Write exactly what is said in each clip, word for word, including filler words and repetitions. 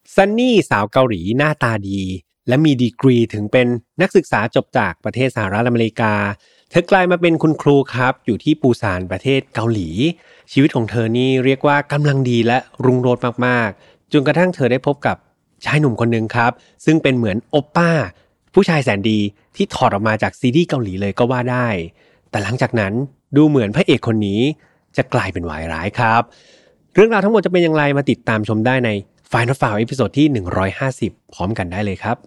ซันนี่สาวเกาหลีหน้าตาดีและมีดีกรีถึงเป็นนักศึกษาจบจากประเทศสหรัฐอเมริกาเธอกลายมาเป็นคุณครูครับอยู่ที่ปูซานประเทศเกาหลีชีวิตของเธอนี่เรียกว่ากำลังดีและรุ่งโรจน์มากๆจนกระทั่งเธอได้พบกับชายหนุ่มคนนึงครับซึ่งเป็นเหมือนโอปป้าผู้ชายแสนดีที่ถอดออกมาจากซีรีส์เกาหลีเลยก็ว่าได้แต่หลังจากนั้นดูเหมือนพระเอกคนนี้จะกลายเป็นวายร้ายครับเรื่องราวทั้งหมดจะเป็นอย่างไรมาติดตามชมได้ในFinal File เอพิโซดที่หนึ่งร้อยห้าสิบพร้อมกันได้เลยครับ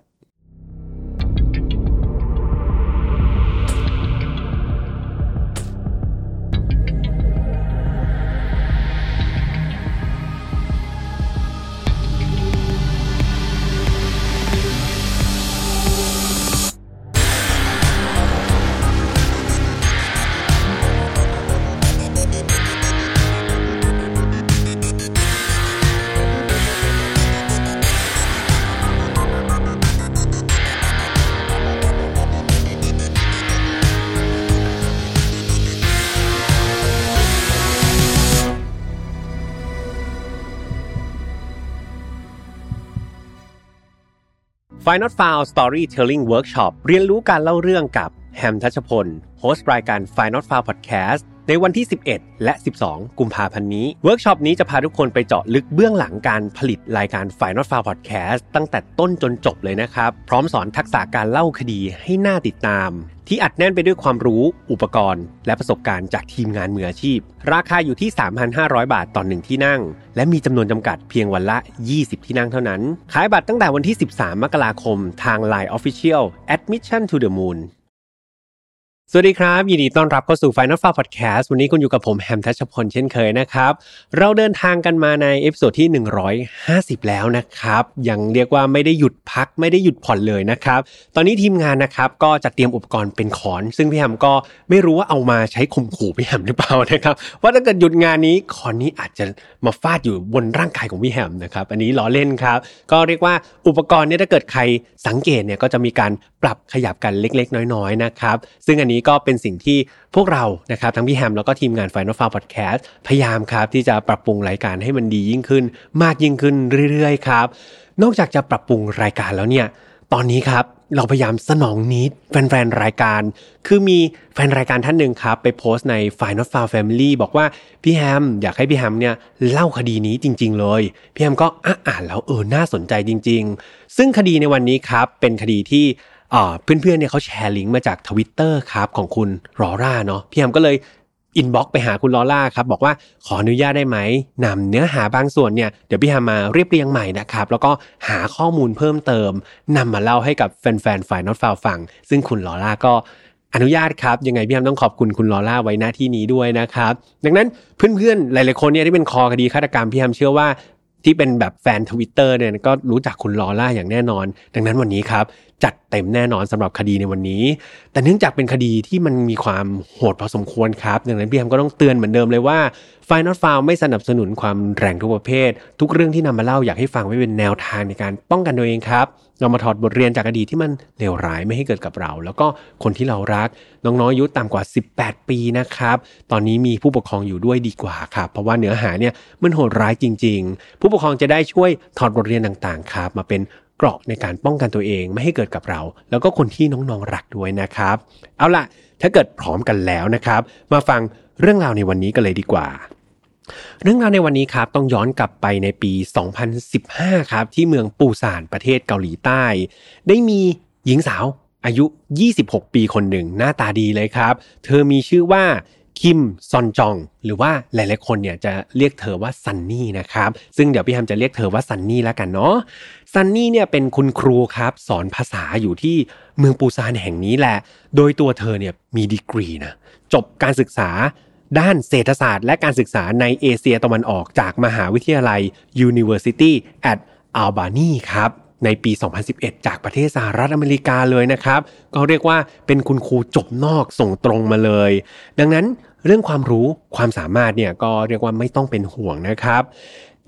Final File Storytelling Workshop เรียนรู้การเล่าเรื่องกับแฮมทัชพลโฮสต์รายการ Final File Podcast ในวันที่สิบเอ็ดและสิบสองกุมภาพันธ์นี้เวิร์กช็อปนี้จะพาทุกคนไปเจาะลึกเบื้องหลังการผลิตรายการ Final File Podcast ตั้งแต่ต้นจนจบเลยนะครับพร้อมสอนทักษะการเล่าคดีให้น่าติดตามที่อัดแน่นไปด้วยความรู้อุปกรณ์และประสบการณ์จากทีมงานมืออาชีพราคาอยู่ที่ สามพันห้าร้อย บาทต่อหนึ่งที่นั่งและมีจำนวนจำกัดเพียงวันละยี่สิบที่นั่งเท่านั้นขายบัตรตั้งแต่วันที่สิบสามมกราคมทาง ไลน์ Official Admission to the Moonสวัสดีครับยินดีต้อนรับเข้าสู่ Final File Podcast วันนี้คุณอยู่กับผมแฮมทัชพลเช่นเคยนะครับเราเดินทางกันมาในเอพิโซดที่หนึ่งร้อยห้าสิบแล้วนะครับยังเรียกว่าไม่ได้หยุดพักไม่ได้หยุดผ่อนเลยนะครับตอนนี้ทีมงานนะครับก็จะเตรียมอุปกรณ์เป็นขอนซึ่งพี่แฮมก็ไม่รู้ว่าเอามาใช้ข่มขู่พี่แฮมหรือเปล่านะครับว่าถ้าเกิดหยุดงานนี้ขอนนี้อาจจะมาฟาดอยู่บนร่างกายของพี่แฮมนะครับอันนี้ล้อเล่นครับก็เรียกว่าอุปกรณ์เนี่ยถ้าเกิดใครสังเกตเนี่ยก็จะมีการปรับขยับกันเล็กๆน้อยๆนะครับซึ่งอันนี้ก็เป็นสิ่งที่พวกเรานะครับทั้งพี่แฮมแล้วก็ทีมงาน Final File Podcast พยายามครับที่จะปรับปรุงรายการให้มันดียิ่งขึ้นมากยิ่งขึ้นเรื่อยๆครับนอกจากจะปรับปรุงรายการแล้วเนี่ยตอนนี้ครับเราพยายามสนองนิดแฟนๆรายการคือมีแฟนรายการท่านหนึ่งครับไปโพสต์ใน Final File Family บอกว่าพี่แฮมอยากให้พี่แฮมเนี่ยเล่าคดีนี้จริงๆเลยพี่แฮมก็อ่านแล้วเออน่าสนใจจริงๆซึ่งคดีในวันนี้ครับเป็นคดีที่อ่าเพื่อนๆเนี่ยเขาแชร์ลิงก์มาจาก Twitter ครับของคุณลอร่าเนาะพี่แฮมก็เลยอินบ็อกซ์ไปหาคุณลอร่าครับบอกว่าขออนุญาตได้ไหมนำเนื้อหาบางส่วนเนี่ยเดี๋ยวพี่แฮมมาเรียบเรียงใหม่นะครับแล้วก็หาข้อมูลเพิ่มเติมนำมาเล่าให้กับแฟนๆ Final File ฟังซึ่งคุณลอร่าก็อนุญาตครับยังไงพี่แฮมต้องขอบคุณคุณลอร่าไว้หน้าที่นี้ด้วยนะครับดังนั้นเพื่อนๆหลายๆคนเนี่ยที่เป็นคอคดีฆาตกรรมพี่แฮมเชื่อว่าที่เป็นแบบแฟน Twitter เนี่ยก็รู้จักคุณลอร่าอย่างแน่นอนดังนั้นวันนี้ครับจัดเต็มแน่นอนสำหรับคดีในวันนี้แต่เนื่องจากเป็นคดีที่มันมีความโหดพอสมควรครับดังนั้นพี่แฮมก็ต้องเตือนเหมือนเดิมเลยว่า Final File ไม่สนับสนุนความแรงทุกประเภททุกเรื่องที่นำมาเล่าอยากให้ฟังไว้เป็นแนวทางในการป้องกันตัวเองครับเรามาถอดบทเรียนจากอดีตที่มันเลวร้ายไม่ให้เกิดกับเราแล้วก็คนที่เรารักน้องๆอายุต่ำกว่าสิบแปดปีนะครับตอนนี้มีผู้ปกครองอยู่ด้วยดีกว่าครับเพราะว่าเนื้อหาเนี่ยมันโหดร้ายจริงๆผู้ปกครองจะได้ช่วยถอดบทเรียนต่างๆครับมาเป็นเกราะในการป้องกันตัวเองไม่ให้เกิดกับเราแล้วก็คนที่น้องๆรักด้วยนะครับเอาล่ะถ้าเกิดพร้อมกันแล้วนะครับมาฟังเรื่องราวในวันนี้กันเลยดีกว่าเรื่องราวในวันนี้ครับต้องย้อนกลับไปในปีสองพันสิบห้าครับที่เมืองปูซานประเทศเกาหลีใต้ได้มีหญิงสาวอายุยี่สิบหกปีคนหนึ่งหน้าตาดีเลยครับเธอมีชื่อว่าคิมซอนจองหรือว่าหลายๆคนเนี่ยจะเรียกเธอว่าซันนี่นะครับซึ่งเดี๋ยวพี่แฮมจะเรียกเธอว่าซันนี่แล้วกันเนาะซันนี่เนี่ยเป็นคุณครูครับสอนภาษาอยู่ที่เมืองปูซานแห่งนี้แหละโดยตัวเธอเนี่ยมีดีกรีนะจบการศึกษาด้านเศรษฐศาสตร์และการศึกษาในเอเชียตะวันออกจากมหาวิทยาลัย University at Albany ครับในปีสองพันสิบเอ็ดจากประเทศสหรัฐอเมริกาเลยนะครับก็เรียกว่าเป็นคุณครูจบนอกส่งตรงมาเลยดังนั้นเรื่องความรู้ความสามารถเนี่ยก็เรียกว่าไม่ต้องเป็นห่วงนะครับ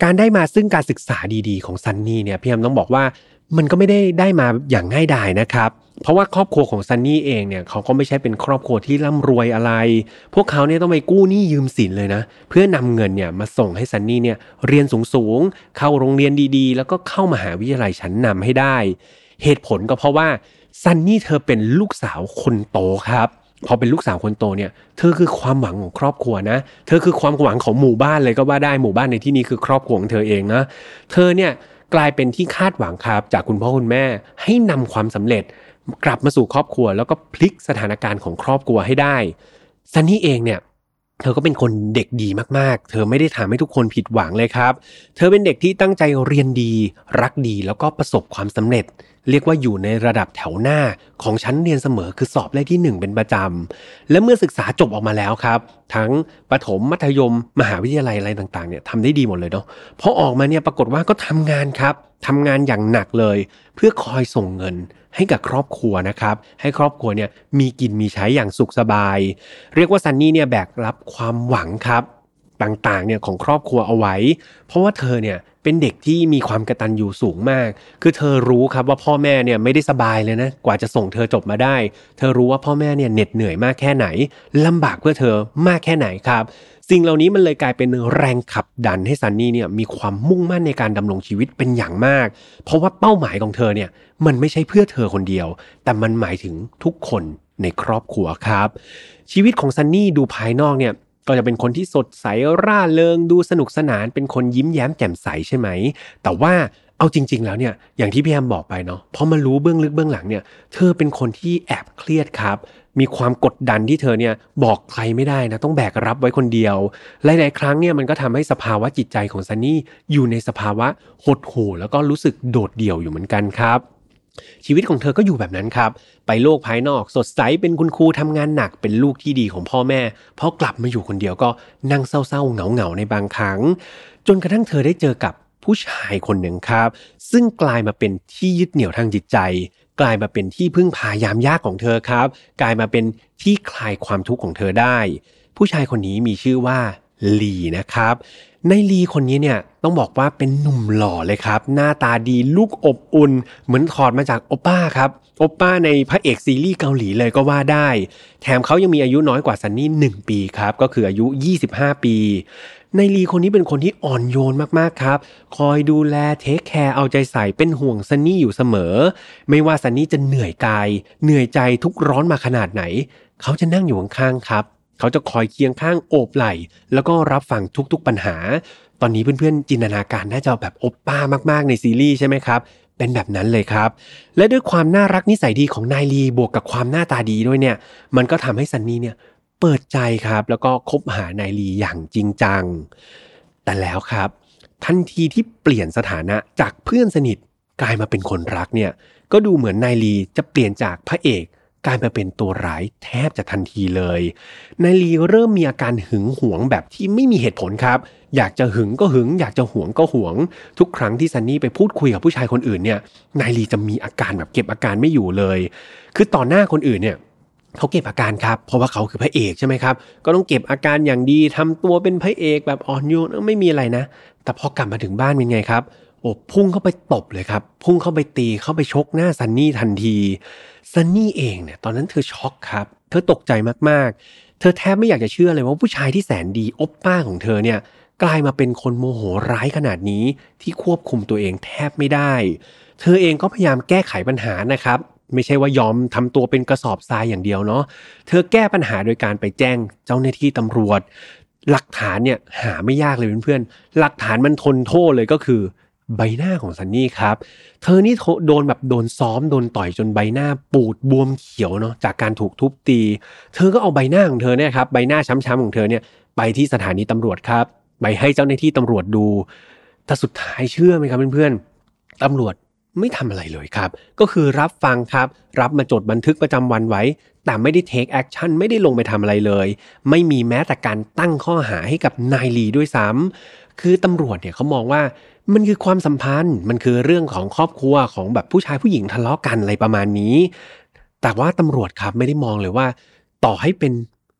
การได้มาซึ่งการศึกษาดีๆของซันนี่เนี่ยพี่แอมต้องบอกว่ามันก็ไม่ได้ได้มาอย่างง่ายดายนะครับเพราะว่าครอบครัวของซันนี่เองเนี่ยเขาก็ไม่ใช่เป็นครอบครัวที่ร่ำรวยอะไรพวกเขาเนี่ยต้องไปกู้หนี้ยืมสินเลยนะเพื่อนำเงินเนี่ยมาส่งให้ซันนี่เนี่ยเรียนสูงๆเข้าโรงเรียนดีๆแล้วก็เข้ามหาวิทยาลัยชั้นนำให้ได้เหตุผลก็เพราะว่าซันนี่เธอเป็นลูกสาวคนโตครับพอเป็นลูกสาวคนโตเนี่ยเธอคือความหวังของครอบครัวนะเธอคือความหวังของหมู่บ้านเลยก็ว่าได้หมู่บ้านในที่นี้คือครอบครัวของเธอเองนะเธอเนี่ยกลายเป็นที่คาดหวังครับจากคุณพ่อคุณแม่ให้นำความสำเร็จกลับมาสู่ครอบครัวแล้วก็พลิกสถานการณ์ของครอบครัวให้ได้ซันนี่เองเนี่ยเธอก็เป็นคนเด็กดีมากๆเธอไม่ได้ทำให้ทุกคนผิดหวังเลยครับเธอเป็นเด็กที่ตั้งใจเรียนดีรักดีแล้วก็ประสบความสำเร็จเรียกว่าอยู่ในระดับแถวหน้าของชั้นเรียนเสมอคือสอบได้ที่หนึ่งเป็นประจำและเมื่อศึกษาจบออกมาแล้วครับทั้งประถมมัธยมมหาวิทยาลัยอะไรต่างๆเนี่ยทำได้ดีหมดเลยเนาะพอออกมาเนี่ยปรากฏว่าก็ทำงานครับทำงานอย่างหนักเลยเพื่อคอยส่งเงินให้กับครอบครัวนะครับให้ครอบครัวเนี่ยมีกินมีใช้อย่างสุขสบายเรียกว่าซันนี่เนี่ยแบกรับความหวังครับต่างๆเนี่ยของครอบครัวเอาไว้เพราะว่าเธอเนี่ยเป็นเด็กที่มีความกตัญญูสูงมากคือเธอรู้ครับว่าพ่อแม่เนี่ยไม่ได้สบายเลยนะกว่าจะส่งเธอจบมาได้เธอรู้ว่าพ่อแม่เนี่ยเหน็ดเหนื่อยมากแค่ไหนลำบากเพื่อเธอมากแค่ไหนครับสิ่งเหล่านี้มันเลยกลายเป็นแรงขับดันให้ซันนี่เนี่ยมีความมุ่งมั่นในการดำรงชีวิตเป็นอย่างมากเพราะว่าเป้าหมายของเธอเนี่ยมันไม่ใช่เพื่อเธอคนเดียวแต่มันหมายถึงทุกคนในครอบครัวครับชีวิตของซันนี่ดูภายนอกเนี่ยก็จะเป็นคนที่สดใสร่าเริงดูสนุกสนานเป็นคนยิ้มแย้มแจ่มใสใช่ไหมแต่ว่าเอาจริงๆแล้วเนี่ยอย่างที่พี่แอมบอกไปเนาะพอมารู้เบื้องลึกเบื้องหลังเนี่ยเธอเป็นคนที่แอบเครียดครับมีความกดดันที่เธอเนี่ยบอกใครไม่ได้นะต้องแบกรับไว้คนเดียวหลายๆครั้งเนี่ยมันก็ทำให้สภาวะจิตใจของซันนี่อยู่ในสภาวะหดหู่แล้วก็รู้สึกโดดเดี่ยวอยู่เหมือนกันครับชีวิตของเธอก็อยู่แบบนั้นครับไปโลกภายนอกสดใสเป็นคุณครูทำงานหนักเป็นลูกที่ดีของพ่อแม่พอกลับมาอยู่คนเดียวก็นั่งเศร้าๆเหงาๆในบางครั้งจนกระทั่งเธอได้เจอกับผู้ชายคนหนึ่งครับซึ่งกลายมาเป็นที่ยึดเหนี่ยวทางจิตใจกลายมาเป็นที่พึ่งพายามยากของเธอครับกลายมาเป็นที่คลายความทุกข์ของเธอได้ผู้ชายคนนี้มีชื่อว่าลีนะครับในลีคนนี้เนี่ยต้องบอกว่าเป็นหนุ่มหล่อเลยครับหน้าตาดีลูกอบอุ่นเหมือนถอดมาจากโอป้าครับโอป้าในพระเอกซีรีส์เกาหลีเลยก็ว่าได้แถมเขายังมีอายุน้อยกว่าซันนี่หนึ่งปีครับก็คืออายุยี่สิบห้าปีในลีคนนี้เป็นคนที่อ่อนโยนมากๆครับคอยดูแลเทคแคร์เอาใจใส่เป็นห่วงซันนี่อยู่เสมอไม่ว่าซันนี่จะเหนื่อยกายเหนื่อยใจทุกร้อนมาขนาดไหนเขาจะนั่งอยู่ข้างๆครับเขาจะคอยเคียงข้างโอบไหล่แล้วก็รับฟังทุกๆปัญหาตอนนี้เพื่อนๆจินตนาการน่าจะแบบโอป้ามากๆในซีรีส์ใช่ไหมครับเป็นแบบนั้นเลยครับและด้วยความน่ารักนิสัยดีของนายลีบวกกับความหน้าตาดีด้วยเนี่ยมันก็ทำให้ซันนี่เนี่ยเปิดใจครับแล้วก็คบหานายลีอย่างจริงจังแต่แล้วครับทันทีที่เปลี่ยนสถานะจากเพื่อนสนิทกลายมาเป็นคนรักเนี่ยก็ดูเหมือนนายลีจะเปลี่ยนจากพระเอกกลายมาเป็นตัวร้ายแทบจะทันทีเลยนายลีเริ่มมีอาการหึงหวงแบบที่ไม่มีเหตุผลครับอยากจะหึงก็หึงอยากจะหวงก็หวงทุกครั้งที่ซันนี่ไปพูดคุยกับผู้ชายคนอื่นเนี่ยนายลีจะมีอาการแบบเก็บอาการไม่อยู่เลยคือต่อหน้าคนอื่นเนี่ยเขาเก็บอาการครับเพราะว่าเขาคือพระเอกใช่ไหมครับก็ต้องเก็บอาการอย่างดีทำตัวเป็นพระเอกแบบอ่อนโยนไม่มีอะไรนะแต่พอกลับมาถึงบ้านเป็นไงครับโอ้พุ่งเข้าไปตบเลยครับพุ่งเข้าไปตีเข้าไปชกหน้าซันนี่ทันทีซันนี่เองเนี่ยตอนนั้นเธอช็อกครับเธอตกใจมากๆเธอแทบไม่อยากจะเชื่อเลยว่าผู้ชายที่แสนดีโอปป้าของเธอเนี่ยกลายมาเป็นคนโมโหร้ายขนาดนี้ที่ควบคุมตัวเองแทบไม่ได้เธอเองก็พยายามแก้ไขปัญหานะครับไม่ใช่ว่ายอมทำตัวเป็นกระสอบทรายอย่างเดียวเนาะเธอแก้ปัญหาโดยการไปแจ้งเจ้าหน้าที่ตำรวจหลักฐานเนี่ยหาไม่ยากเลยเพื่อนๆหลักฐานมันทนโทษเลยก็คือใบหน้าของซันนี่ครับเธอนี่โดนแบบโดนซ้อมโดนต่อยจนใบหน้าปูดบวมเขียวเนาะจากการถูกทุบตีเธอก็เอาใบหน้าของเธอเนี่ยครับใบหน้าช้ำๆของเธอเนี่ยไปที่สถานีตำรวจครับไปให้เจ้าหน้าที่ตำรวจดูแต่สุดท้ายเชื่อไหมครับเพื่อนๆตำรวจไม่ทำอะไรเลยครับก็คือรับฟังครับรับมาจดบันทึกประจำวันไว้แต่ไม่ได้เทคแอคชั่นไม่ได้ลงไปทำอะไรเลยไม่มีแม้แต่การตั้งข้อหาให้กับนายลีด้วยซ้ำคือตำรวจเนี่ยเขามองว่ามันคือความสัมพันธ์มันคือเรื่องของครอบครัวของแบบผู้ชายผู้หญิงทะเลาะกันอะไรประมาณนี้แต่ว่าตำรวจครับไม่ได้มองเลยว่าต่อให้เป็น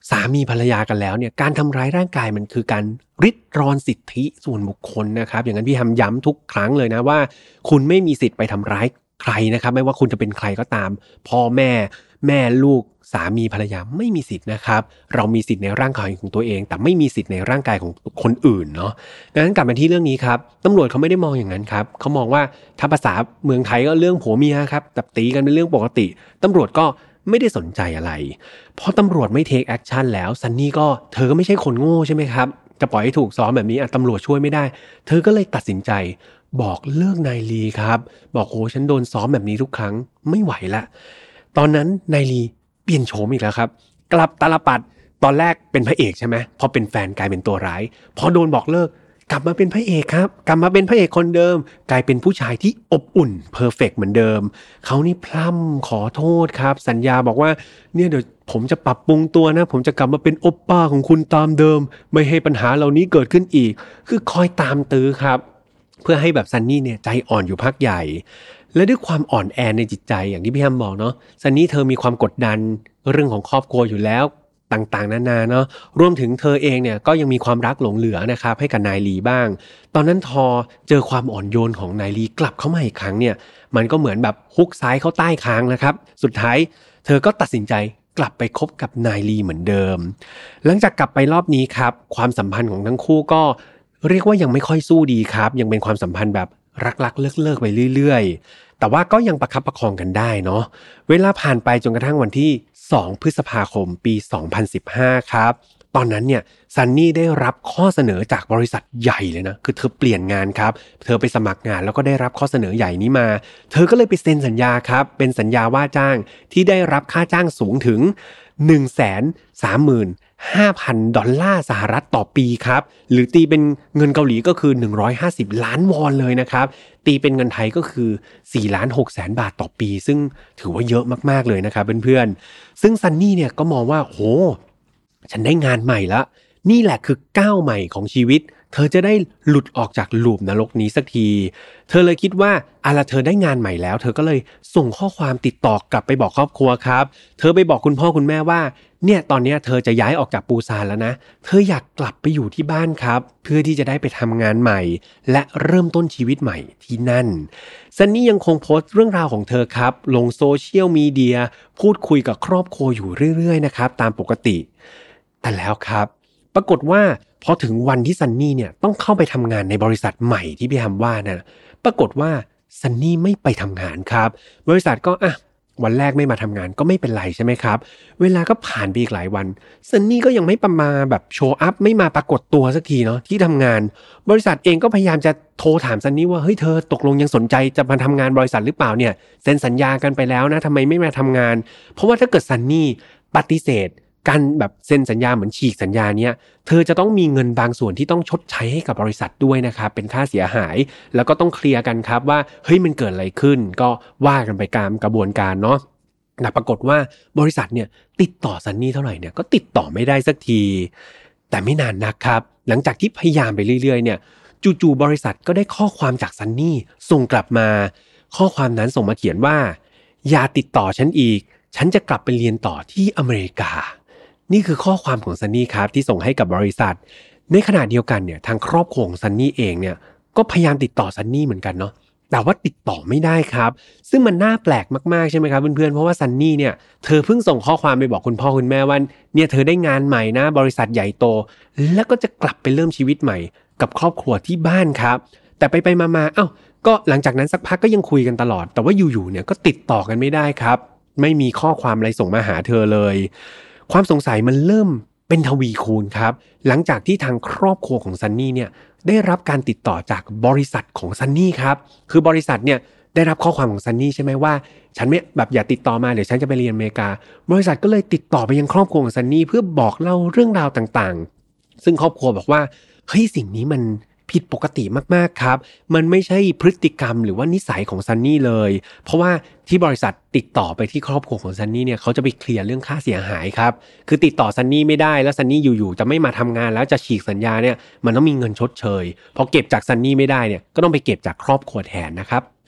สามีภรรยากันแล้วเนี่ยการทำร้ายร่างกายมันคือการริดรอนสิทธิส่วนบุคคลนะครับอย่างนั้นพี่ทำย้ำทุกครั้งเลยนะว่าคุณไม่มีสิทธิ์ไปทำร้ายใครนะครับไม่ว่าคุณจะเป็นใครก็ตามพ่อแม่แม่ลูกสามีภรรยาไม่มีสิทธิ์นะครับเรามีสิทธิ์ในร่างกายของตัวเองแต่ไม่มีสิทธิ์ในร่างกายของคนอื่นเนาะดังนั้นกลับมาที่เรื่องนี้ครับตำรวจเขาไม่ได้มองอย่างนั้นครับเขามองว่าถ้าภาษาเมืองไทยก็เรื่องผัวเมียครับแต่ตีกันเป็นเรื่องปกติตำรวจก็ไม่ได้สนใจอะไรพอตำรวจไม่เทคแอคชั่นแล้วซันนี่ก็เธอก็ไม่ใช่คนโง่ใช่ไหมครับจะปล่อยให้ถูกซ้อมแบบนี้ตำรวจช่วยไม่ได้เธอก็เลยตัดสินใจบอกเลิกนายลีครับบอกโอ้ฉันโดนซ้อมแบบนี้ทุกครั้งไม่ไหวละตอนนั้นนายลีเปลี่ยนโฉมอีกแล้วครับกลับตาลปัดตอนแรกเป็นพระเอกใช่ไหมพอเป็นแฟนกลายเป็นตัวร้ายพอโดนบอกเลิกกลับมาเป็นพระเอกครับกลับมาเป็นพระเอกคนเดิมกลายเป็นผู้ชายที่อบอุ่นเพอร์เฟกต์เหมือนเดิมเขานี่พร่ำขอโทษครับสัญญาบอกว่าเนี่ยเดี๋ยวผมจะปรับปรุงตัวนะผมจะกลับมาเป็นโอปป้าของคุณตามเดิมไม่ให้ปัญหาเหล่านี้เกิดขึ้นอีกคือคอยตามตื้อครับเพื่อให้แบบซันนี่เนี่ยใจอ่อนอยู่พักใหญ่และด้วยความอ่อนแอในจิตใจอย่างที่พี่แฮมบอกเนาะซันนี่เธอมีความกดดันเรื่องของครอบครัวอยู่แล้วต่างๆนานาเนาะรวมถึงเธอเองเนี่ยก็ยังมีความรักหลงเหลือนะครับให้กับนายลีบ้างตอนนั้นทอเจอความอ่อนโยนของนายลีกลับเข้ามาอีกครั้งเนี่ยมันก็เหมือนแบบฮุกซ้ายเข้าใต้คางนะครับสุดท้ายเธอก็ตัดสินใจกลับไปคบกับนายลีเหมือนเดิมหลังจากกลับไปรอบนี้ครับความสัมพันธ์ของทั้งคู่ก็เรียกว่ายังไม่ค่อยสู้ดีครับยังเป็นความสัมพันธ์แบบรักๆเลิกๆไปเรื่อยๆแต่ว่าก็ยังประคับประคองกันได้เนาะเวลาผ่านไปจนกระทั่งวันที่สองพฤษภาคมปีสองพันสิบห้าครับตอนนั้นเนี่ยซันนี่ได้รับข้อเสนอจากบริษัทใหญ่เลยนะคือเธอเปลี่ยนงานครับเธอไปสมัครงานแล้วก็ได้รับข้อเสนอใหญ่นี้มาเธอก็เลยไปเซ็นสัญญาครับเป็นสัญญาว่าจ้างที่ได้รับค่าจ้างสูงถึง หนึ่งแสนสามหมื่นห้าพัน ดอลลาร์สหรัฐต่อปีครับหรือตีเป็นเงินเกาหลีก็คือหนึ่งร้อยห้าสิบล้านวอนเลยนะครับตีเป็นเงินไทยก็คือสี่ล้านหกแสนบาทต่อปีซึ่งถือว่าเยอะมากๆเลยนะครับเพื่อนๆซึ่งซันนี่เนี่ยก็มองว่าโหฉันได้งานใหม่ละนี่แหละคือก้าวใหม่ของชีวิตเธอจะได้หลุดออกจากลูปนรกนี้สักทีเธอเลยคิดว่าอะล่ะเธอได้งานใหม่แล้วเธอก็เลยส่งข้อความติดต่อกลับไปบอกครอบครัวครับเธอไปบอกคุณพ่อคุณแม่ว่าเนี่ยตอนนี้เธอจะย้ายออกจากปูซานแล้วนะเธออยากกลับไปอยู่ที่บ้านครับเพื่อที่จะได้ไปทำงานใหม่และเริ่มต้นชีวิตใหม่ที่นั่นซันนี่ยังคงโพสต์เรื่องราวของเธอครับลงโซเชียลมีเดียพูดคุยกับครอบครัวอยู่เรื่อยๆนะครับตามปกติแต่แล้วครับปรากฏว่าพอถึงวันที่ซันนี่เนี่ยต้องเข้าไปทำงานในบริษัทใหม่ที่พี่แฮมว่านะปรากฏว่าซันนี่ไม่ไปทำงานครับบริษัทก็อ่ะวันแรกไม่มาทำงานก็ไม่เป็นไรใช่ไหมครับเวลาก็ผ่านไปอีกหลายวันซันนี่ก็ยังไม่ประมาแบบโชว์อัพไม่มาปรากฏตัวสักทีเนาะที่ทำงานบริษัทเองก็พยายามจะโทรถามซันนี่ว่าเฮ้ยเธอตกลงยังสนใจจะมาทำงานบริษัทหรือเปล่าเนี่ยเซ็นสัญญากันไปแล้วนะทำไมไม่มาทำงานเพราะว่าถ้าเกิดซันนี่ปฏิเสธการแบบเซ็นสัญญาเหมือนฉีกสัญญาเนี้ยเธอจะต้องมีเงินบางส่วนที่ต้องชดใช้ให้กับบริษัทด้วยนะครับเป็นค่าเสียหายแล้วก็ต้องเคลียร์กันครับว่าเฮ้ยมันเกิดอะไรขึ้นก็ว่ากันไปตามกระบวนการเนาะแต่ปรากฏว่าบริษัทเนี่ยติดต่อซันนี่เท่าไหร่เนี่ยก็ติดต่อไม่ได้สักทีแต่ไม่นานนักครับหลังจากที่พยายามไปเรื่อยๆเนี่ยจู่ๆบริษัทก็ได้ข้อความจากซันนี่ส่งกลับมาข้อความนั้นส่งมาเขียนว่าอย่าติดต่อฉันอีกฉันจะกลับไปเรียนต่อที่อเมริกานี่คือข้อความของซันนี่ครับที่ส่งให้กับบริษัทในขณะเดียวกันเนี่ยทางครอบครัวของซันนี่เองเนี่ยก็พยายามติดต่อซันนี่เหมือนกันเนาะแต่ว่าติดต่อไม่ได้ครับซึ่งมันน่าแปลกมากๆใช่ไหมครับเพื่อนๆเพราะว่าซันนี่เนี่ยเธอเพิ่งส่งข้อความไปบอกคุณพ่อคุณแม่ว่าเนี่ยเธอได้งานใหม่นะบริษัทใหญ่โตแล้วก็จะกลับไปเริ่มชีวิตใหม่กับครอบครัวที่บ้านครับแต่ไปๆมาๆเอ้าก็หลังจากนั้นสักพักก็ยังคุยกันตลอดแต่ว่าอยู่ๆเนี่ยก็ติดต่อกันไม่ได้ครับไม่มีข้อความอะไรส่งมาหาเธอเลยความสงสัยมันเริ่มเป็นทวีคูณครับหลังจากที่ทางครอบครัวของซันนี่เนี่ยได้รับการติดต่อจากบริษัทของซันนี่ครับคือบริษัทเนี่ยได้รับข้อความของซันนี่ใช่ไหมว่าฉันไม่แบบอย่าติดต่อมาเดี๋ยวฉันจะไปเรียนอเมริกาบริษัทก็เลยติดต่อไปยังครอบครัวของซันนี่เพื่อบอกเล่าเรื่องราวต่างๆซึ่งครอบครัวบอกว่าเฮ้ยสิ่งนี้มันผิดปกติมากๆครับมันไม่ใช่พฤติกรรมหรือว่านิสัยของซันนี่เลยเพราะว่าที่บริษัทติดต่อไปที่ครอบครัวของซันนี่เนี่ยเขาจะไปเคลียร์เรื่องค่าเสียหายครับคือติดต่อซันนี่ไม่ได้แล้วซันนี่อยู่ๆจะไม่มาทำงานแล้วจะฉีกสัญญาเนี่ยมันต้องมีเงินชดเชยพอเก็บจากซันนี่ไม่ได้เนี่ยก็ต้องไปเก็บจากครอบครัวแทนนะครับ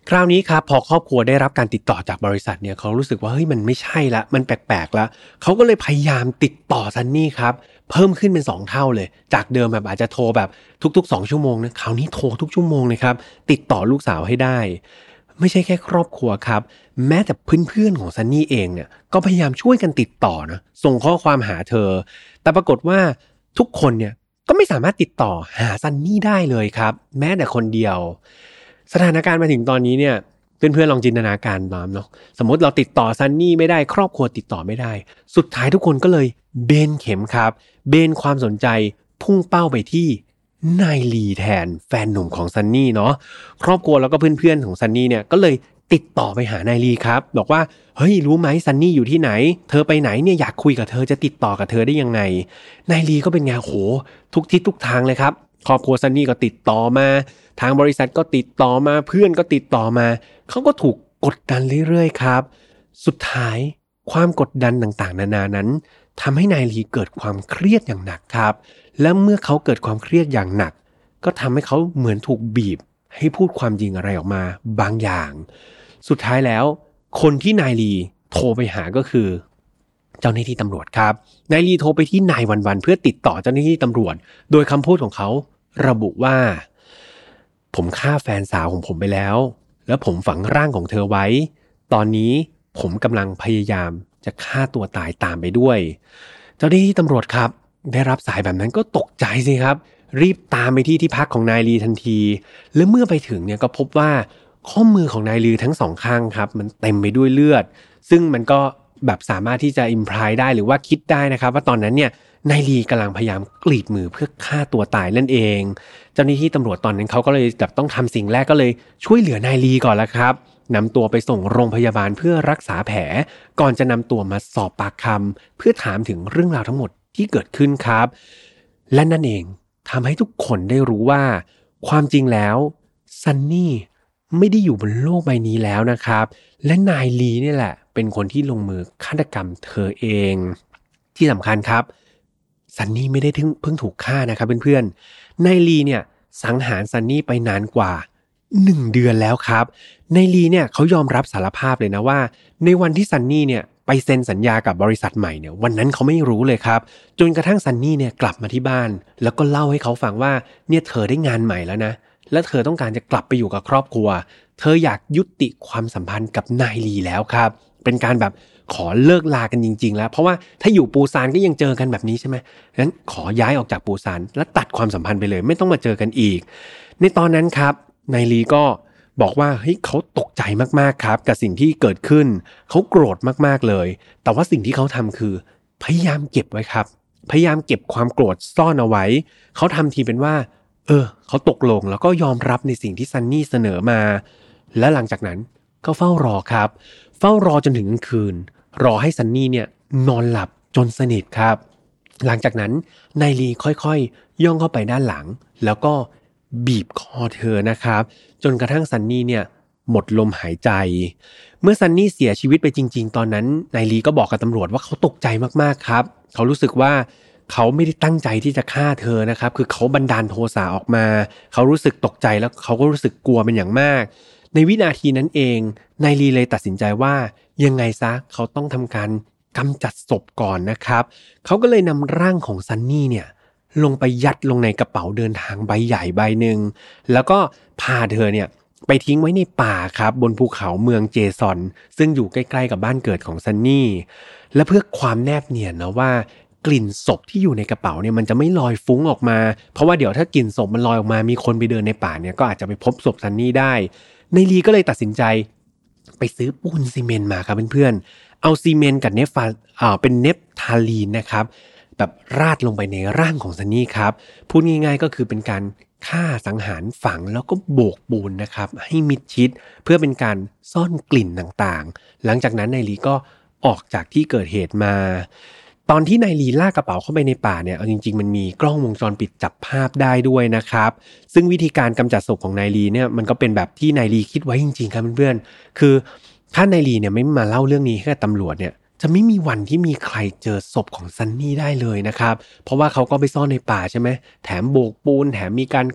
คราวนี้ครับพอครอบครัวได้รับการติดต่อจากบริษัทเนี่ยเขารู้สึกว่าเฮ้ยมันไม่ใช่ละมันแปลกๆแล้วเขาก็เลยพยายามติดต่อซันนี่ครับเพิ่มขึ้นเป็นสองเท่าเลยจากเดิมแบบอาจจะโทรแบบทุกๆสองชั่วโมงนะคราวนี้โทรทุกชั่วโมงเลยครับติดต่อลูกสาวให้ได้ไม่ใช่แค่ครอบครัวครับแม้แต่เพื่อนๆของซันนี่เองเนี่ยก็พยายามช่วยกันติดต่อนะส่งข้อความหาเธอแต่ปรากฏว่าทุกคนเนี่ยก็ไม่สามารถติดต่อหาซันนี่ได้เลยครับแม้แต่คนเดียวสถานการณ์มาถึงตอนนี้เนี่ยเพื่อนๆลองจินตนาการตามเนาะสมมติเราติดต่อซันนี่ไม่ได้ครอบครัวติดต่อไม่ได้สุดท้ายทุกคนก็เลยเบนเข็มครับเบนความสนใจพุ่งเป้าไปที่นายลีแทนแฟนหนุ่มของซันนี่เนาะครอบครัวแล้วก็เพื่อนๆของซันนี่เนี่ยก็เลยติดต่อไปหานายลีครับบอกว่าเฮ้ยรู้ไหมซันนี่อยู่ที่ไหนเธอไปไหนเนี่ยอยากคุยกับเธอจะติดต่อกับเธอได้ยังไงนายลีก็เป็นไงโหทุกทิศทุกทางเลยครับครอบครัวซันนี่ก็ติดต่อมาทางบริษัทก็ติดต่อมาเพื่อนก็ติดต่อมาเขาก็ถูกกดดันเรื่อยๆครับสุดท้ายความกดดันต่างๆนานานั้นทำให้นายลีเกิดความเครียดอย่างหนักครับและเมื่อเขาเกิดความเครียดอย่างหนักก็ทำให้เขาเหมือนถูกบีบให้พูดความจริงอะไรออกมาบางอย่างสุดท้ายแล้วคนที่นายลีโทรไปหาก็คือเจ้าหน้าที่ตำรวจครับนายลีโทรไปที่นายวันวันเพื่อติดต่อเจ้าหน้าที่ตำรวจโดยคำพูดของเขาระบุว่าผมฆ่าแฟนสาวของผมไปแล้วแล้วผมฝังร่างของเธอไว้ตอนนี้ผมกำลังพยายามจะฆ่าตัวตายตามไปด้วยเจ้าหน้าที่ตำรวจครับได้รับสายแบบนั้นก็ตกใจสิครับรีบตามไปที่ที่พักของนายลีทันทีและเมื่อไปถึงเนี่ยก็พบว่าข้อมือของนายลีทั้งสองข้างครับมันเต็มไปด้วยเลือดซึ่งมันก็แบบสามารถที่จะอิมพลายได้หรือว่าคิดได้นะครับว่าตอนนั้นเนี่ยนายลีกำลังพยายามกรีดมือเพื่อฆ่าตัวตายนั่นเองเจ้าหน้าที่ตำรวจตอนนั้นเขาก็เลยแบบต้องทำสิ่งแรกก็เลยช่วยเหลือนายลีก่อนละครับนำตัวไปส่งโรงพยาบาลเพื่อรักษาแผลก่อนจะนำตัวมาสอบปากคำเพื่อถามถึงเรื่องราวทั้งหมดที่เกิดขึ้นครับและนั่นเองทำให้ทุกคนได้รู้ว่าความจริงแล้วซันนี่ไม่ได้อยู่บนโลกใบนี้แล้วนะครับและนายลีนี่แหละเป็นคนที่ลงมือฆาตกรรมเธอเองที่สำคัญครับซันนี่ไม่ได้เพิ่งถูกฆ่านะครับเพื่อนๆนายลีเนี่ยสังหารซันนี่ไปนานกว่าหนึ่งเดือนแล้วครับนายลีเนี่ยเขายอมรับสารภาพเลยนะว่าในวันที่ซันนี่เนี่ยไปเซ็นสัญญากับบริษัทใหม่เนี่ยวันนั้นเขาไม่รู้เลยครับจนกระทั่งซันนี่เนี่ยกลับมาที่บ้านแล้วก็เล่าให้เขาฟังว่าเนี่ยเธอได้งานใหม่แล้วนะและเธอต้องการจะกลับไปอยู่กับครอบครัวเธออยากยุติความสัมพันธ์กับนายลีแล้วครับเป็นการแบบขอเลิกลากันจริงๆแล้วเพราะว่าถ้าอยู่ปูซานก็ยังเจอกันแบบนี้ใช่ไหมงั้นขอย้ายออกจากปูซานและตัดความสัมพันธ์ไปเลยไม่ต้องมาเจอกันอีกในตอนนั้นครับนายลีก็บอกว่าเฮ้ยเขาตกใจมากๆครับกับสิ่งที่เกิดขึ้นเขาโกรธมากๆเลยแต่ว่าสิ่งที่เขาทำคือพยายามเก็บไว้ครับพยายามเก็บความโกรธซ่อนเอาไว้เขาทำทีเป็นว่าเออเขาตกลงแล้วก็ยอมรับในสิ่งที่ซันนี่เสนอมาและหลังจากนั้นก็เฝ้ารอครับเฝ้ารอจนถึงกลางคืนรอให้ซันนี่เนี่ยนอนหลับจนสนิทครับหลังจากนั้นนายลีค่อยๆย่องเข้าไปด้านหลังแล้วก็บีบคอเธอนะครับจนกระทั่งซันนี่เนี่ยหมดลมหายใจเมื่อซันนี่เสียชีวิตไปจริงๆตอนนั้นนายลีก็บอกกับตำรวจว่าเขาตกใจมากๆครับเขารู้สึกว่าเขาไม่ได้ตั้งใจที่จะฆ่าเธอนะครับคือเขาบันดาลโทสะออกมาเขารู้สึกตกใจแล้วเขาก็รู้สึกกลัวเป็นอย่างมากในวินาทีนั้นเองนายลีเลยตัดสินใจว่ายังไงซะเขาต้องทำการกำจัดศพก่อนนะครับเขาก็เลยนำร่างของซันนี่เนี่ยลงไปยัดลงในกระเป๋าเดินทางใบใหญ่ใบหนึ่งแล้วก็พาเธอเนี่ยไปทิ้งไว้ในป่าครับบนภูเขาเมืองเจซอนซึ่งอยู่ใกล้ๆกับบ้านเกิดของซันนี่และเพื่อความแนบเนียนนะว่ากลิ่นศพที่อยู่ในกระเป๋าเนี่ยมันจะไม่ลอยฟุ้งออกมาเพราะว่าเดี๋ยวถ้ากลิ่นศพมันลอยออกมามีคนไปเดินในป่าเนี่ยก็อาจจะไปพบศพซันนี่ได้นายลีก็เลยตัดสินใจไปซื้อปูนซีเมนต์มาครับเพื่อนๆเอาซีเมนต์กับเนฟฟาอ่าเป็นเนฟทาลีนนะครับแบบราดลงไปในร่างของซันนี่ครับพูดง่ายๆก็คือเป็นการฆ่าสังหารฝังแล้วก็โบกปูนนะครับให้มิดชิดเพื่อเป็นการซ่อนกลิ่นต่างๆหลังจากนั้นนายลีก็ออกจากที่เกิดเหตุมาตอนที่นายลีลากกระเป๋าเข้าไปในป่าเนี่ยเอาจริงๆมันมีกล้องวงจรปิดจับภาพได้ด้วยนะครับซึ่งวิธีการกำจัดศพของนายลีเนี่ยมันก็เป็นแบบที่นายลีคิดไว้จริงๆครับเพื่อนๆคือถ้านายลีเนี่ยไม่มาเล่าเรื่องนี้ให้กับตำรวจเนี่ยจะไม่มีวันที่มีใครเจอศพของซันนี่ได้เลยนะครับเพราะว่าเขาก็ไปซ่อนในป่าใช่ไหมแถมโบกปูนแถมมีการกลบแ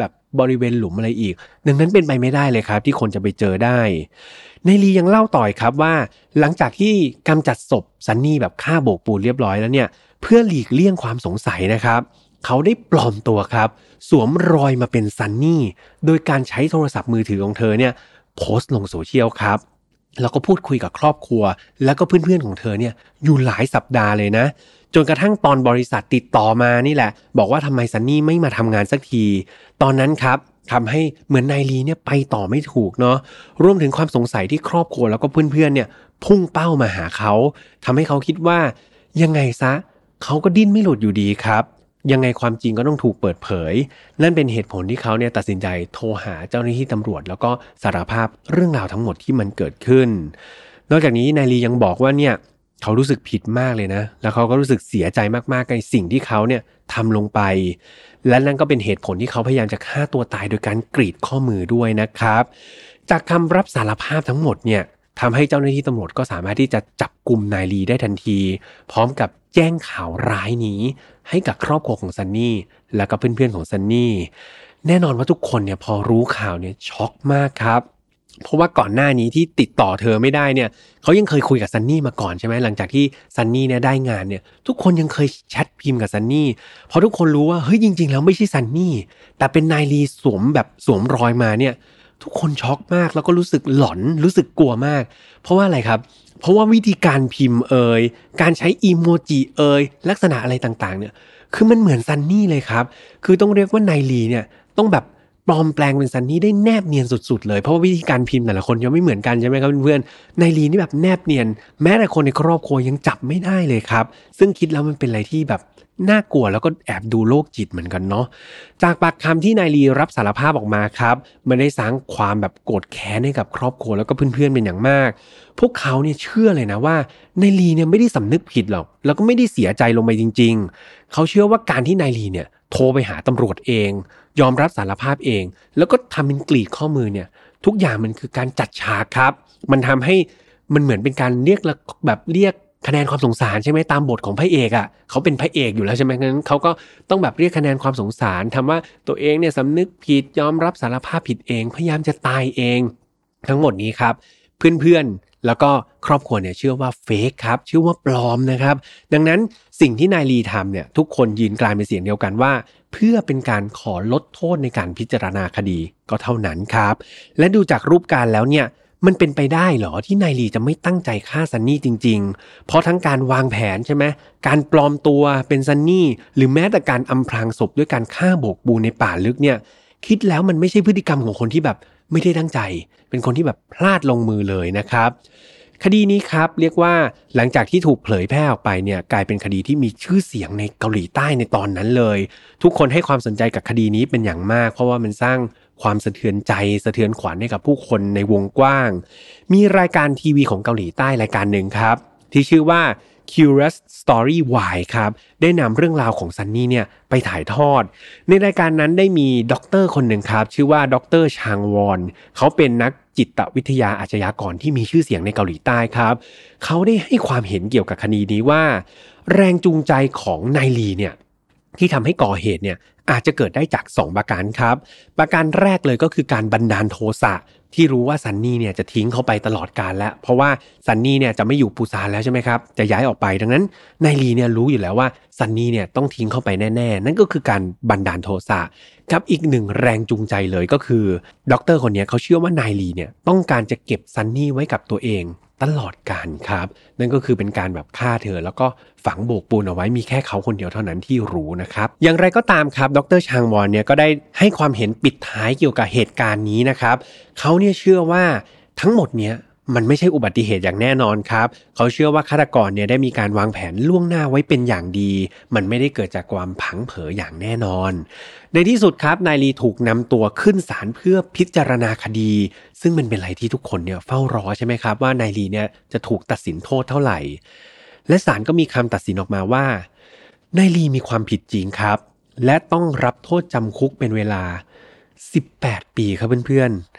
แบบบริเวณหลุมอะไรอีกดังนั้นเป็นไปไม่ได้เลยครับที่คนจะไปเจอได้นายลียังเล่าต่อครับว่าหลังจากที่กำจัดศพซันนี่แบบฆ่าโบกปูนเรียบร้อยแล้วเนี่ยเพื่อหลีกเลี่ยงความสงสัยนะครับเขาได้ปลอมตัวครับสวมรอยมาเป็นซันนี่โดยการใช้โทรศัพท์มือถือของเธอเนี่ยโพสต์ลงโซเชียลครับแล้วก็พูดคุยกับครอบครัวแล้วก็เพื่อนๆของเธอเนี่ยอยู่หลายสัปดาห์เลยนะจนกระทั่งตอนบริษัทติดต่อมานี่แหละบอกว่าทำไมซันนี่ไม่มาทำงานสักทีตอนนั้นครับทำให้เหมือนนายลีเนี่ยไปต่อไม่ถูกเนาะรวมถึงความสงสัยที่ครอบครัวแล้วก็เพื่อนๆเนี่ยพุ่งเป้ามาหาเขาทำให้เขาคิดว่ายังไงซะเขาก็ดิ้นไม่หลุดอยู่ดีครับยังไงความจริงก็ต้องถูกเปิดเผยนั่นเป็นเหตุผลที่เขาเนี่ยตัดสินใจโทรหาเจ้าหน้าที่ตำรวจแล้วก็สารภาพเรื่องราวทั้งหมดที่มันเกิดขึ้นนอกจากนี้นายลียังบอกว่าเนี่ยเขารู้สึกผิดมากเลยนะแล้วเขาก็รู้สึกเสียใจมากๆในสิ่งที่เขาเนี่ยทำลงไปและนั่นก็เป็นเหตุผลที่เขาพยายามจะฆ่าตัวตายโดยการกรีดข้อมือด้วยนะครับจากคำรับสารภาพทั้งหมดเนี่ยทำให้เจ้าหน้าที่ตำรวจก็สามารถที่จะจับกุมนายลีได้ทันทีพร้อมกับแจ้งข่าวร้ายนี้ให้กับครอบครัวของซันนี่และก็เพื่อนๆของซันนี่แน่นอนว่าทุกคนเนี่ยพอรู้ข่าวเนี่ยช็อกมากครับเพราะว่าก่อนหน้านี้ที่ติดต่อเธอไม่ได้เนี่ยเขายังเคยคุยกับซันนี่มาก่อนใช่ไหมหลังจากที่ซันนี่เนี่ยได้งานเนี่ยทุกคนยังเคยแชทพิมพ์กับซันนี่พอทุกคนรู้ว่าเฮ้ยจริงๆแล้วไม่ใช่ซันนี่แต่เป็นนายลีสวมแบบสวมรอยมาเนี่ยทุกคนช็อกมากแล้วก็รู้สึกหลอนรู้สึกกลัวมากเพราะว่าอะไรครับเพราะว่าวิธีการพิมพ์เอ่ยการใช้อีโมจิเอ่ยลักษณะอะไรต่างๆเนี่ยคือมันเหมือนซันนี่เลยครับคือต้องเรียกว่านายลีเนี่ยต้องแบบปลอมแปลงเป็นซันนี่ได้แนบเนียนสุดๆเลยเพราะว่าวิธีการพิมพ์แต่ละคนยังไม่เหมือนกันใช่ไหมครับเพื่อนๆนายลีนี่แบบแนบเนียนแม้แต่คนในครอบครัวยังจับไม่ได้เลยครับซึ่งคิดแล้วมันเป็นอะไรที่แบบน่ากลัวแล้วก็แอบดูโรคจิตเหมือนกันเนาะจากปากคำที่นายลีรับสารภาพออกมาครับมันได้สร้างความแบบโกรธแค้นให้กับครอบครัวแล้วก็เพื่อนๆเป็นอย่างมากพวกเขาเนี่ยเชื่อเลยนะว่านายลีเนี่ยไม่ได้สำนึกผิดหรอกแล้วก็ไม่ได้เสียใจลงไปจริงๆเขาเชื่อว่าการที่นายลีเนี่ยโทรไปหาตำรวจเองยอมรับสารภาพเองแล้วก็ทำเป็นกรีดข้อมือเนี่ยทุกอย่างมันคือการจัดฉากครับมันทำให้มันเหมือนเป็นการเรียกแบบเรียกคะแนนความสงสารใช่ไหมตามบทของพระเอกอ่ะเขาเป็นพระเอกอยู่แล้วใช่ไหมงั้นเขาก็ต้องแบบเรียกคะแนนความสงสารทำว่าตัวเองเนี่ยสำนึกผิดยอมรับสารภาพผิดเองพยายามจะตายเองทั้งหมดนี้ครับเพื่อนๆแล้วก็ครอบครัวเนี่ยเชื่อว่าเฟคครับเชื่อว่าปลอมนะครับดังนั้นสิ่งที่นายลีทำเนี่ยทุกคนยืนกลางเป็นเสียงเดียวกันว่าเพื่อเป็นการขอลดโทษในการพิจารณาคดีก็เท่านั้นครับและดูจากรูปการแล้วเนี่ยมันเป็นไปได้เหรอที่นายลีจะไม่ตั้งใจฆ่าซันนี่จริงๆเพราะทั้งการวางแผนใช่ไหมการปลอมตัวเป็นซันนี่หรือแม้แต่การอำพรางศพด้วยการฆ่าโบกปูนในป่าลึกเนี่ยคิดแล้วมันไม่ใช่พฤติกรรมของคนที่แบบไม่ได้ตั้งใจเป็นคนที่แบบพลาดลงมือเลยนะครับคดีนี้ครับเรียกว่าหลังจากที่ถูกเผยแพร่ออกไปเนี่ยกลายเป็นคดีที่มีชื่อเสียงในเกาหลีใต้ในตอนนั้นเลยทุกคนให้ความสนใจกับคดีนี้เป็นอย่างมากเพราะว่ามันสร้างความสะเทือนใจสะเทือนขวัญให้กับผู้คนในวงกว้างมีรายการทีวีของเกาหลีใต้รายการหนึ่งครับที่ชื่อว่า Curious Story Why ครับได้นำเรื่องราวของซันนี่เนี่ยไปถ่ายทอดในรายการนั้นได้มีด็อกเตอร์คนหนึ่งครับชื่อว่าด็อกเตอร์ชางวอนเขาเป็นนักจิตวิทยาอาชญากรที่มีชื่อเสียงในเกาหลีใต้ครับเขาได้ให้ความเห็นเกี่ยวกับคดีนี้ว่าแรงจูงใจของนายลีเนี่ยที่ทำให้ก่อเหตุเนี่ยอาจจะเกิดได้จากสองประการครับประการแรกเลยก็คือการบันดาลโทสะที่รู้ว่าซันนี่เนี่ยจะทิ้งเขาไปตลอดกาลแล้วเพราะว่าซันนี่เนี่ยจะไม่อยู่ปูซานแล้วใช่ไหมครับจะย้ายออกไปดังนั้นนายลีเนี่ยรู้อยู่แล้วว่าซันนี่เนี่ยต้องทิ้งเข้าไปแน่ๆนั่นก็คือการบันดาลโทสะกับอีกหนึ่งแรงจูงใจเลยก็คือด็อกเตอร์คนนี้เขาเชื่อว่านายลีเนี่ยต้องการจะเก็บซันนี่ไว้กับตัวเองตลอดกาลครับนั่นก็คือเป็นการแบบฆ่าเธอแล้วก็ฝังโบกปูนเอาไว้มีแค่เขาคนเดียวเท่านั้นที่รู้นะครับอย่างไรก็ตามครับดร.ชางวอนเนี่ยก็ได้ให้ความเห็นปิดท้ายเกี่ยวกับเหตุการณ์นี้นะครับเขาเนี่ยเชื่อว่าทั้งหมดเนี้ยมันไม่ใช่อุบัติเหตุอย่างแน่นอนครับเขาเชื่อว่าฆาตกรเนี่ยได้มีการวางแผนล่วงหน้าไว้เป็นอย่างดีมันไม่ได้เกิดจากความผังเผยอย่างแน่นอนในที่สุดครับนายลีถูกนำตัวขึ้นศาลเพื่อพิจารณาคดีซึ่งมันเป็นอะไรที่ทุกคนเนี่ยเฝ้ารอใช่ไหมครับว่านายลีเนี่ยจะถูกตัดสินโทษเท่าไหร่และศาลก็มีคำตัดสินออกมาว่านายลีมีความผิดจริงครับและต้องรับโทษจำคุกเป็นเวลาสิบแปดปีครับเพื่อนๆ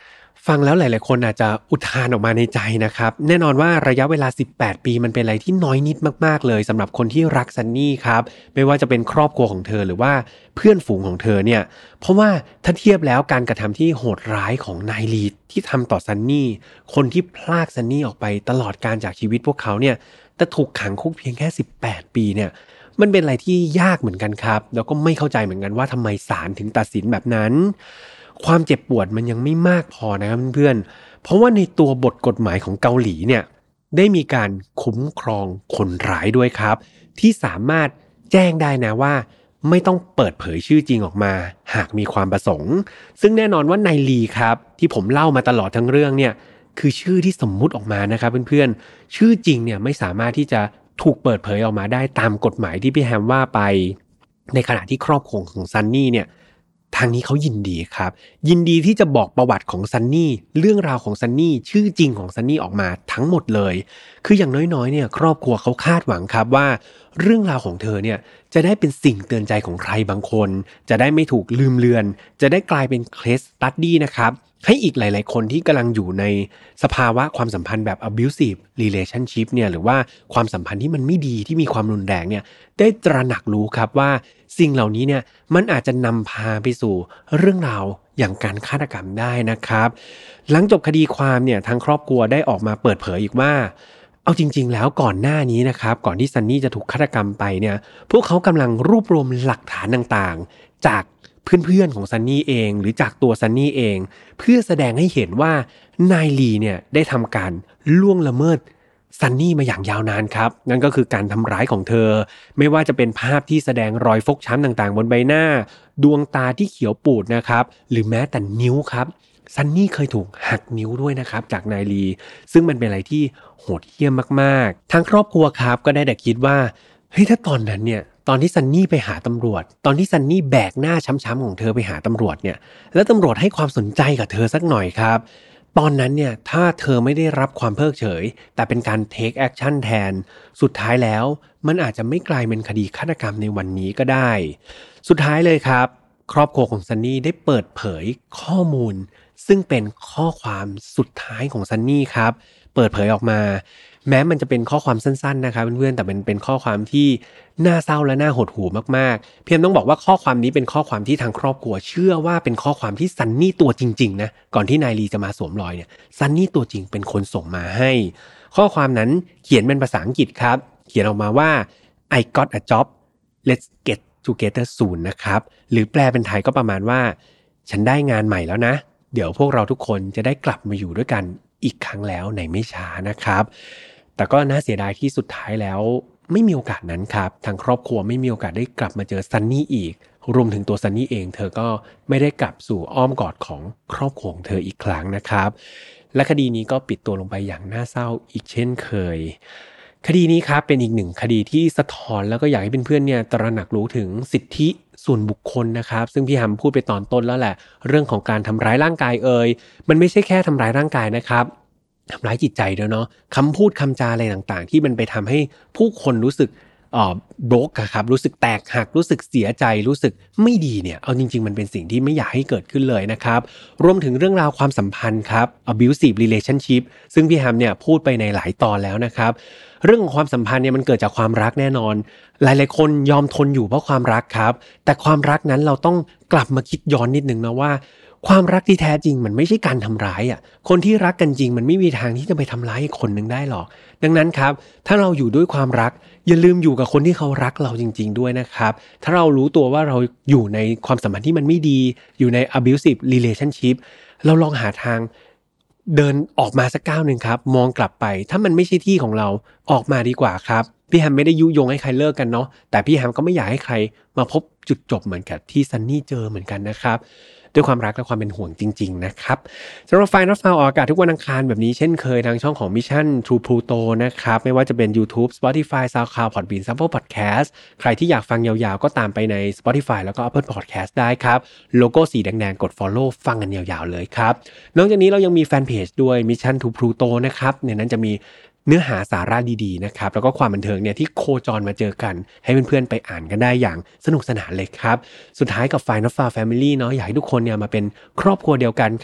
ฟังแล้วหลายๆคนอาจจะอุทานออกมาในใจนะครับแน่นอนว่าระยะเวลาสิบแปดปีมันเป็นอะไรที่น้อยนิดมากๆเลยสำหรับคนที่รักซันนี่ครับไม่ว่าจะเป็นครอบครัวของเธอหรือว่าเพื่อนฝูงของเธอเนี่ยเพราะว่าถ้าเทียบแล้วการกระทำที่โหดร้ายของนายลีที่ทำต่อซันนี่คนที่พรากซันนี่ออกไปตลอดการจากชีวิตพวกเขาเนี่ยแต่ถูกขังคุกเพียงแค่สิบแปดปีเนี่ยมันเป็นอะไรที่ยากเหมือนกันครับแล้วก็ไม่เข้าใจเหมือนกันว่าทำไมศาลถึงตัดสินแบบนั้นความเจ็บปวดมันยังไม่มากพอนะครับเพื่อนๆเพราะว่าในตัวบทกฎหมายของเกาหลีเนี่ยได้มีการคุ้มครองคนร้ายด้วยครับที่สามารถแจ้งได้นะว่าไม่ต้องเปิดเผยชื่อจริงออกมาหากมีความประสงค์ซึ่งแน่นอนว่านายลีครับที่ผมเล่ามาตลอดทั้งเรื่องเนี่ยคือชื่อที่สมมุติออกมานะครับเพื่อนๆชื่อจริงเนี่ยไม่สามารถที่จะถูกเปิดเผยออกมาได้ตามกฎหมายที่พี่แฮมว่าไปในขณะที่ครอบครัวของซันนี่เนี่ยทางนี้เขายินดีครับยินดีที่จะบอกประวัติของซันนี่เรื่องราวของซันนี่ชื่อจริงของซันนี่ออกมาทั้งหมดเลยคืออย่างน้อยๆเนี่ยครอบครัวเขาคาดหวังครับว่าเรื่องราวของเธอเนี่ยจะได้เป็นสิ่งเตือนใจของใครบางคนจะได้ไม่ถูกลืมเลือนจะได้กลายเป็นเคสสตั๊ดดี้นะครับให้อีกหลายๆคนที่กำลังอยู่ในสภาวะความสัมพันธ์แบบ abusive relationship เนี่ยหรือว่าความสัมพันธ์ที่มันไม่ดีที่มีความรุนแรงเนี่ยได้ตระหนักรู้ครับว่าสิ่งเหล่านี้เนี่ยมันอาจจะนำพาไปสู่เรื่องราวอย่างการฆาตกรรมได้นะครับหลังจบคดีความเนี่ยทางครอบครัวได้ออกมาเปิดเผยอีกว่าเอาจริงๆแล้วก่อนหน้านี้นะครับก่อนที่ซันนี่จะถูกฆาตกรรมไปเนี่ยพวกเขากำลังรวบรวมหลักฐานต่างๆจากเพื่อนๆของซันนี่เองหรือจากตัวซันนี่เองเพื่อแสดงให้เห็นว่านายลีเนี่ยได้ทำการล่วงละเมิดซันนี่มาอย่างยาวนานครับนั่นก็คือการทำร้ายของเธอไม่ว่าจะเป็นภาพที่แสดงรอยฟกช้ำต่างๆบนใบหน้าดวงตาที่เขียวปูดนะครับหรือแม้แต่นิ้วครับซันนี่เคยถูกหักนิ้วด้วยนะครับจากนายลีซึ่งมันเป็นอะไรที่โหดเหี้ยมมากๆทางครอบครัวครับก็ได้แต่คิดว่าเฮ้ยถ้าตอนนั้นเนี่ยตอนที่ซันนี่ไปหาตำรวจตอนที่ซันนี่แบกหน้าช้ำๆของเธอไปหาตำรวจเนี่ยแล้วตำรวจให้ความสนใจกับเธอสักหน่อยครับตอนนั้นเนี่ยถ้าเธอไม่ได้รับความเพิกเฉยแต่เป็นการ take action แทนสุดท้ายแล้วมันอาจจะไม่กลายเป็นคดีฆาตกรรมในวันนี้ก็ได้สุดท้ายเลยครับครอบครัวของซันนี่ได้เปิดเผยข้อมูลซึ่งเป็นข้อความสุดท้ายของซันนี่ครับเปิดเผยออกมาแม้มันจะเป็นข้อความสั้นๆนะครับเพื่อนๆแต่เป็นเป็นข้อความที่น่าเศร้าและน่าหดหู่มากๆเพียงต้องบอกว่าข้อความนี้เป็นข้อความที่ทางครอบครัวเชื่อว่าเป็นข้อความที่ซันนี่ตัวจริงๆนะก่อนที่นายลีจะมาสวมรอยเนี่ยซันนี่ตัวจริงเป็นคนส่งมาให้ข้อความนั้นเขียนเป็นภาษาอังกฤษครับเขียนออกมาว่า I got a job let's get together soon นะครับหรือแปลเป็นไทยก็ประมาณว่าฉันได้งานใหม่แล้วนะเดี๋ยวพวกเราทุกคนจะได้กลับมาอยู่ด้วยกันอีกครั้งแล้วในไม่ช้านะครับแต่ก็น่าเสียดายที่สุดท้ายแล้วไม่มีโอกาสนั้นครับทางครอบครัวไม่มีโอกาสได้กลับมาเจอซันนี่อีกรวมถึงตัวซันนี่เองเธอก็ไม่ได้กลับสู่อ้อมกอดของครอบครัวของเธออีกครั้งนะครับและคดีนี้ก็ปิดตัวลงไปอย่างน่าเศร้าอีกเช่นเคยคดีนี้ครับเป็นอีกหนึ่งคดีที่สะท้อนแล้วก็อยากให้เพื่อนๆเนี่ยตระหนักรู้ถึงสิทธิส่วนบุคคลนะครับซึ่งพี่ฮัมพูดไปตอนต้นแล้วแหละเรื่องของการทำร้ายร่างกายเอ่ยมันไม่ใช่แค่ทำร้ายร่างกายนะครับทำร้ายจิตใจด้วยเนาะคำพูดคำจาอะไรต่างๆที่มันไปทำให้ผู้คนรู้สึกเอ่อโบรกครับรู้สึกแตกหักรู้สึกเสียใจรู้สึกไม่ดีเนี่ยเอาจริงๆมันเป็นสิ่งที่ไม่อยากให้เกิดขึ้นเลยนะครับรวมถึงเรื่องราวความสัมพันธ์ครับ abusive relationship ซึ่งพี่ฮัมเนี่ยพูดไปในหลายตอนแล้วนะครับเรื่องของความสัมพันธ์เนี่ยมันเกิดจากความรักแน่นอนหลายๆคนยอมทนอยู่เพราะความรักครับแต่ความรักนั้นเราต้องกลับมาคิดย้อนนิดนึงนะว่าความรักที่แท้จริงมันไม่ใช่การทำร้ายอ่ะคนที่รักกันจริงมันไม่มีทางที่จะไปทำร้ายอีกคนนึงได้หรอกดังนั้นครับถ้าเราอยู่ด้วยความรักอย่าลืมอยู่กับคนที่เขารักเราจริงๆด้วยนะครับถ้าเรารู้ตัวว่าเราอยู่ในความสัมพันธ์ที่มันไม่ดีอยู่ใน abusive relationship เราลองหาทางเดินออกมาสักก้าวนึงครับมองกลับไปถ้ามันไม่ใช่ที่ของเราออกมาดีกว่าครับพี่แฮมไม่ได้ยุยงให้ใครเลิกกันเนาะแต่พี่แฮมก็ไม่อยากให้ใครมาพบจุดจบเหมือนกับที่ซันนี่เจอเหมือนกันนะครับด้วยความรักและความเป็นห่วงจริงๆนะครับสำหรับ Final File ออกอากาศทุกวันอังคารแบบนี้เช่นเคยทางช่องของ Mission True Pluto นะครับไม่ว่าจะเป็น YouTube Spotify SoundCloud Podbean Apple Podcast ใครที่อยากฟังยาวๆก็ตามไปใน Spotify แล้วก็ Apple Podcast ได้ครับโลโก้สีแดงๆกด Follow ฟังกันยาวๆเลยครับนอกจากนี้เรายังมีแฟนเพจด้วย Mission True Pluto นะครับในนั้นจะมีเนื้อหาสาระดีๆนะครับแล้วก็ความบันเทิงเนี่ยที่โคจรมาเจอกันให้เพื่อนๆไปอ่านกันได้อย่างสนุกสนานเลยครับสุดท้ายกับ Final File Family เนาะอยากให้ทุกคนเนี่ยมาเป็นครอบครัวเดียวกันครับ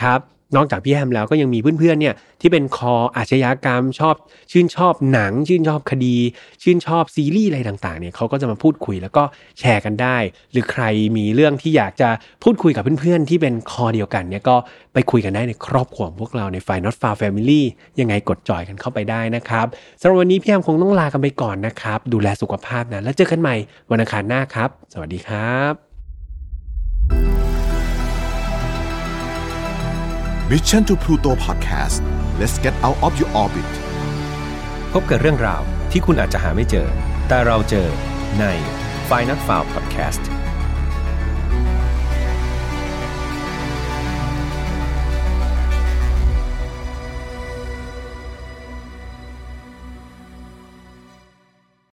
นอกจากพี่แฮมแล้วก็ยังมีเพื่อนๆเนี่ยที่เป็นคออาชญากรรมชอบชื่นชอบหนังชื่นชอบคดีชื่นชอบซีรีส์อะไรต่างๆเนี่ยเขาก็จะมาพูดคุยแล้วก็แชร์กันได้หรือใครมีเรื่องที่อยากจะพูดคุยกับเพื่อนๆที่เป็นคอเดียวกันเนี่ยก็ไปคุยกันได้ในครอบครัวของพวกเราใน File Not Found Family ยังไงกดจอยกันเข้าไปได้นะครับสำหรับวันนี้พี่แฮมคงต้องลากันไปก่อนนะครับดูแลสุขภาพนะแล้วเจอกันใหม่วันอังคารหน้าครับสวัสดีครับ Mission to Pluto Podcast Let's get out of your orbit พบกับเรื่องราวที่คุณอาจจะหาไม่เจอแต่เราเจอใน File Not Found Podcast